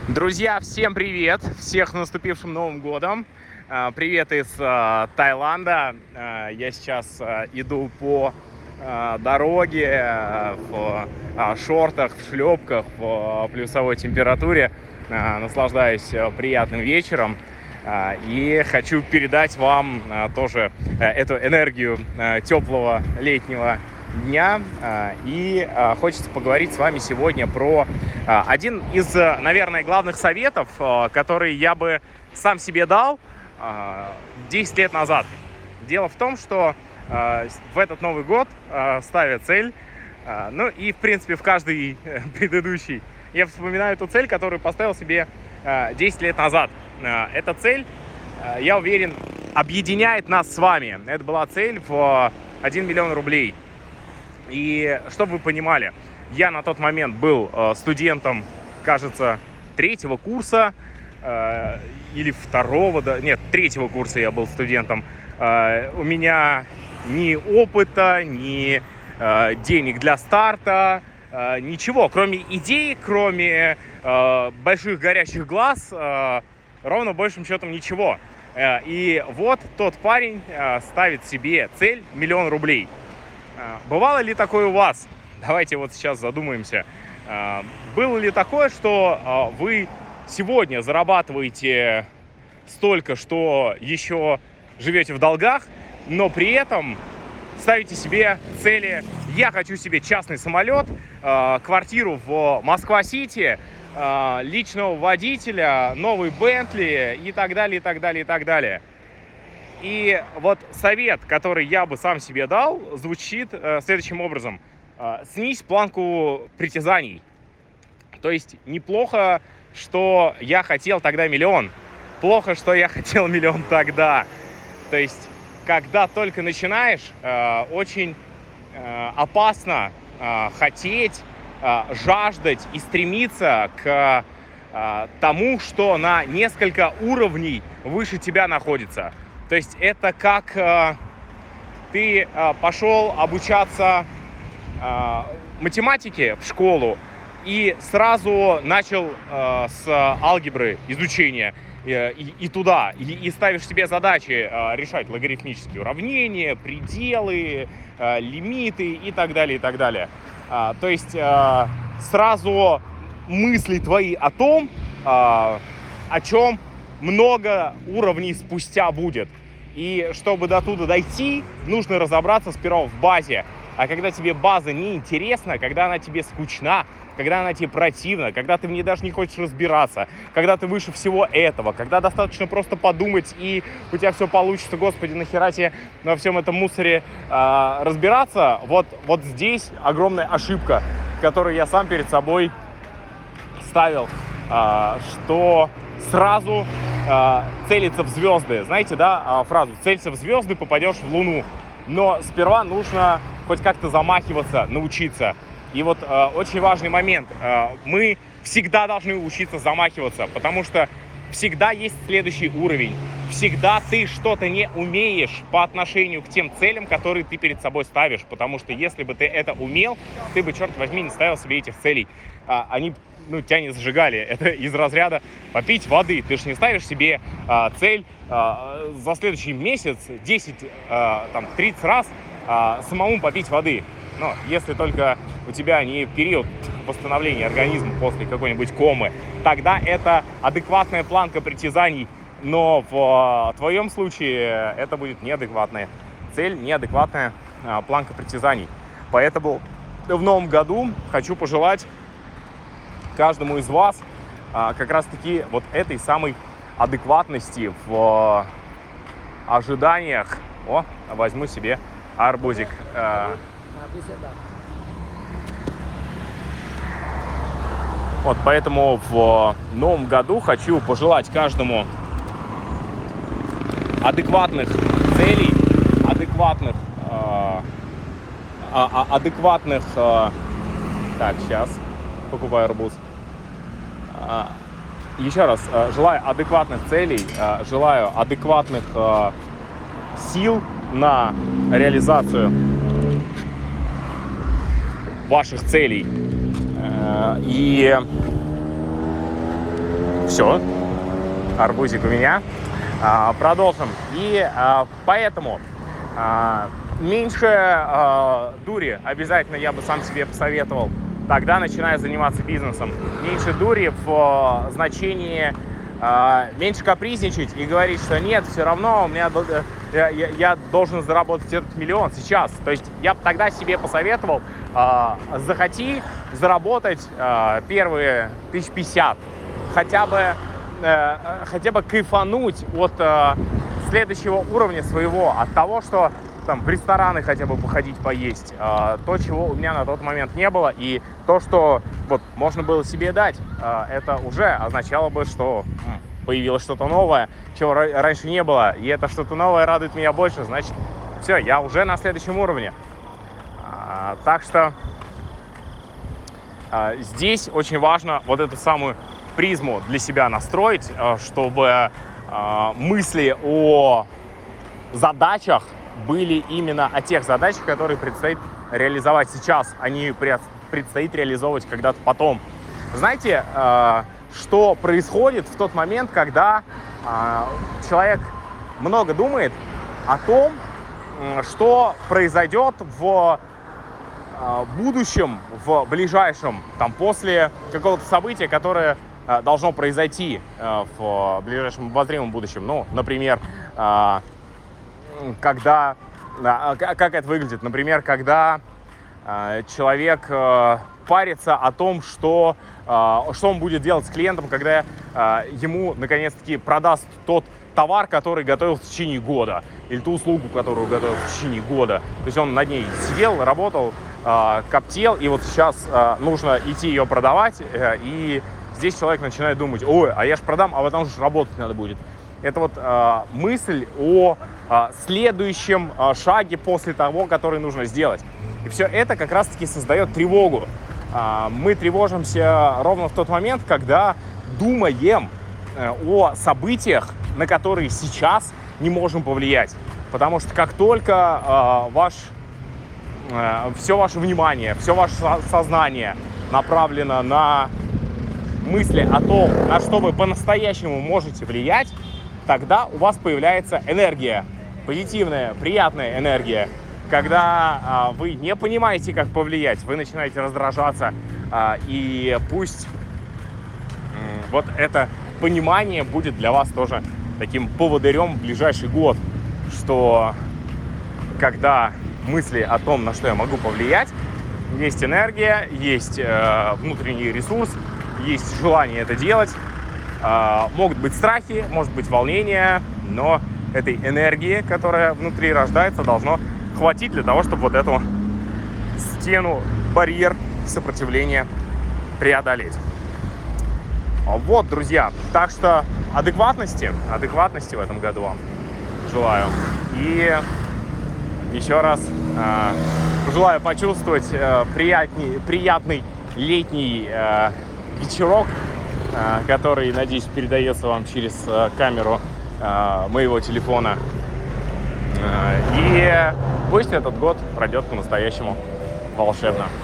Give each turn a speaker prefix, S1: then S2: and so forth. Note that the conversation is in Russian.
S1: Друзья, всем привет! Всех с наступившим Новым годом! Привет из Таиланда. Я сейчас иду по дороге в шортах, в шлепках, в плюсовой температуре. Наслаждаюсь приятным вечером. И хочу передать вам тоже эту энергию теплого летнего дня. И хочется поговорить с вами сегодня про один из, наверное, главных советов, который я бы сам себе дал 10 лет назад. Дело в том, что в этот Новый год, ставя цель, ну и, в принципе, в каждый предыдущий, я вспоминаю эту цель, которую поставил себе 10 лет назад. Эта цель, я уверен, объединяет нас с вами. Это была цель в 1 миллион рублей. И чтобы вы понимали, я на тот момент был студентом, кажется, 3-го курса или 2-го, третьего курса я был студентом. У меня ни опыта, ни денег для старта, ничего, кроме идей, кроме больших горящих глаз, ровно большим счетом ничего. И вот тот парень ставит себе цель 1 миллион рублей. Бывало ли такое у вас? Давайте вот сейчас задумаемся. Было ли такое, что вы сегодня зарабатываете столько, что еще живете в долгах, но при этом ставите себе цели: я хочу себе частный самолет, квартиру в Москва-Сити, личного водителя, новый Бентли и так далее, и так далее, и так далее. И вот совет, который я бы сам себе дал, звучит следующим образом. Снизь планку притязаний. То есть неплохо, что я хотел тогда 1 миллион. Плохо, что я хотел 1 миллион тогда. То есть, когда только начинаешь, очень опасно хотеть, жаждать и стремиться к тому, что на несколько уровней выше тебя находится. То есть это как ты пошел обучаться математике в школу и сразу начал с алгебры изучения и туда, и ставишь себе задачи решать логарифмические уравнения, пределы, лимиты и так далее, и так далее. То есть сразу мысли твои о том, о чем много уровней спустя будет. И чтобы до туда дойти, нужно разобраться сперва в базе. А когда тебе база неинтересна, когда она тебе скучна, когда она тебе противна, когда ты в ней даже не хочешь разбираться, когда ты выше всего этого, когда достаточно просто подумать, и у тебя все получится, господи, нахера тебе на всем этом мусоре разбираться, вот здесь огромная ошибка, которую я сам перед собой ставил, что сразу целиться в звезды. Знаете, да, фразу «целься в звезды, попадешь в Луну». Но сперва нужно хоть как-то замахиваться, научиться. И вот очень важный момент. Мы всегда должны учиться замахиваться, потому что всегда есть следующий уровень. Всегда ты что-то не умеешь по отношению к тем целям, которые ты перед собой ставишь. Потому что если бы ты это умел, ты бы, черт возьми, не ставил себе этих целей. Они тебя не зажигали. Это из разряда попить воды. Ты же не ставишь себе цель за следующий месяц 10-30 раз самому попить воды. Но если только у тебя не период восстановления организма после какой-нибудь комы, тогда это адекватная планка притязаний. Но в твоем случае это будет неадекватная цель, неадекватная планка притязаний. Поэтому в новом году хочу пожелать каждому из вас как раз-таки вот этой самой адекватности в ожиданиях. Возьму себе арбузик. Вот поэтому в новом году хочу пожелать каждому адекватных целей, адекватных. Так, сейчас покупаю арбуз. Еще раз, желаю адекватных целей, желаю адекватных сил на реализацию ваших целей. И Все, арбузик у меня. Продолжим. И поэтому меньше дури обязательно я бы сам себе посоветовал. Тогда начинаю заниматься бизнесом. Меньше дури в значении меньше капризничать и говорить, что нет, все равно у меня я должен заработать этот миллион сейчас. То есть я бы тогда себе посоветовал, захоти заработать первые 1050, хотя бы кайфануть от следующего уровня своего, от того, что там в рестораны хотя бы походить, поесть, то, чего у меня на тот момент не было, и то, что вот можно было себе дать, это уже означало бы, что появилось что-то новое, чего раньше не было, и это что-то новое радует меня больше, значит, все, я уже на следующем уровне. Так что здесь очень важно вот эту самую призму для себя настроить, чтобы мысли о задачах были именно о тех задачах, которые предстоит реализовать сейчас, а не предстоит реализовывать когда-то потом. Знаете, что происходит в тот момент, когда человек много думает о том, что произойдет в будущем, в ближайшем, там, после какого-то события, которое должно произойти в ближайшем обозримом будущем. Ну, например, когда, как это выглядит? Например, когда человек парится о том, что он будет делать с клиентом, когда ему наконец-таки продаст тот товар, который готовил в течение года, или ту услугу, которую готовил в течение года. То есть он над ней сидел, работал, коптел, и вот сейчас нужно идти ее продавать, и здесь человек начинает думать: ой, а я же продам, а потом же работать надо будет. Это вот мысль о следующем шаге после того, который нужно сделать. И все это как раз-таки создает тревогу. Мы тревожимся ровно в тот момент, когда думаем о событиях, на которые сейчас не можем повлиять. Потому что как только все ваше внимание, все ваше сознание направлено на мысли о том, на что вы по-настоящему можете влиять, тогда у вас появляется энергия, позитивная, приятная энергия. Когда вы не понимаете, как повлиять, вы начинаете раздражаться, и пусть вот это понимание будет для вас тоже таким поводырем в ближайший год, что когда мысли о том, на что я могу повлиять, есть энергия, есть внутренний ресурс, есть желание это делать, могут быть страхи, может быть волнение, но этой энергии, которая внутри рождается, должно хватить для того, чтобы вот эту стену, барьер сопротивления преодолеть. Вот, друзья, так что адекватности в этом году вам желаю. И еще раз желаю почувствовать приятный летний вечерок, который, надеюсь, передается вам через камеру моего телефона. И пусть этот год пройдет по-настоящему волшебно.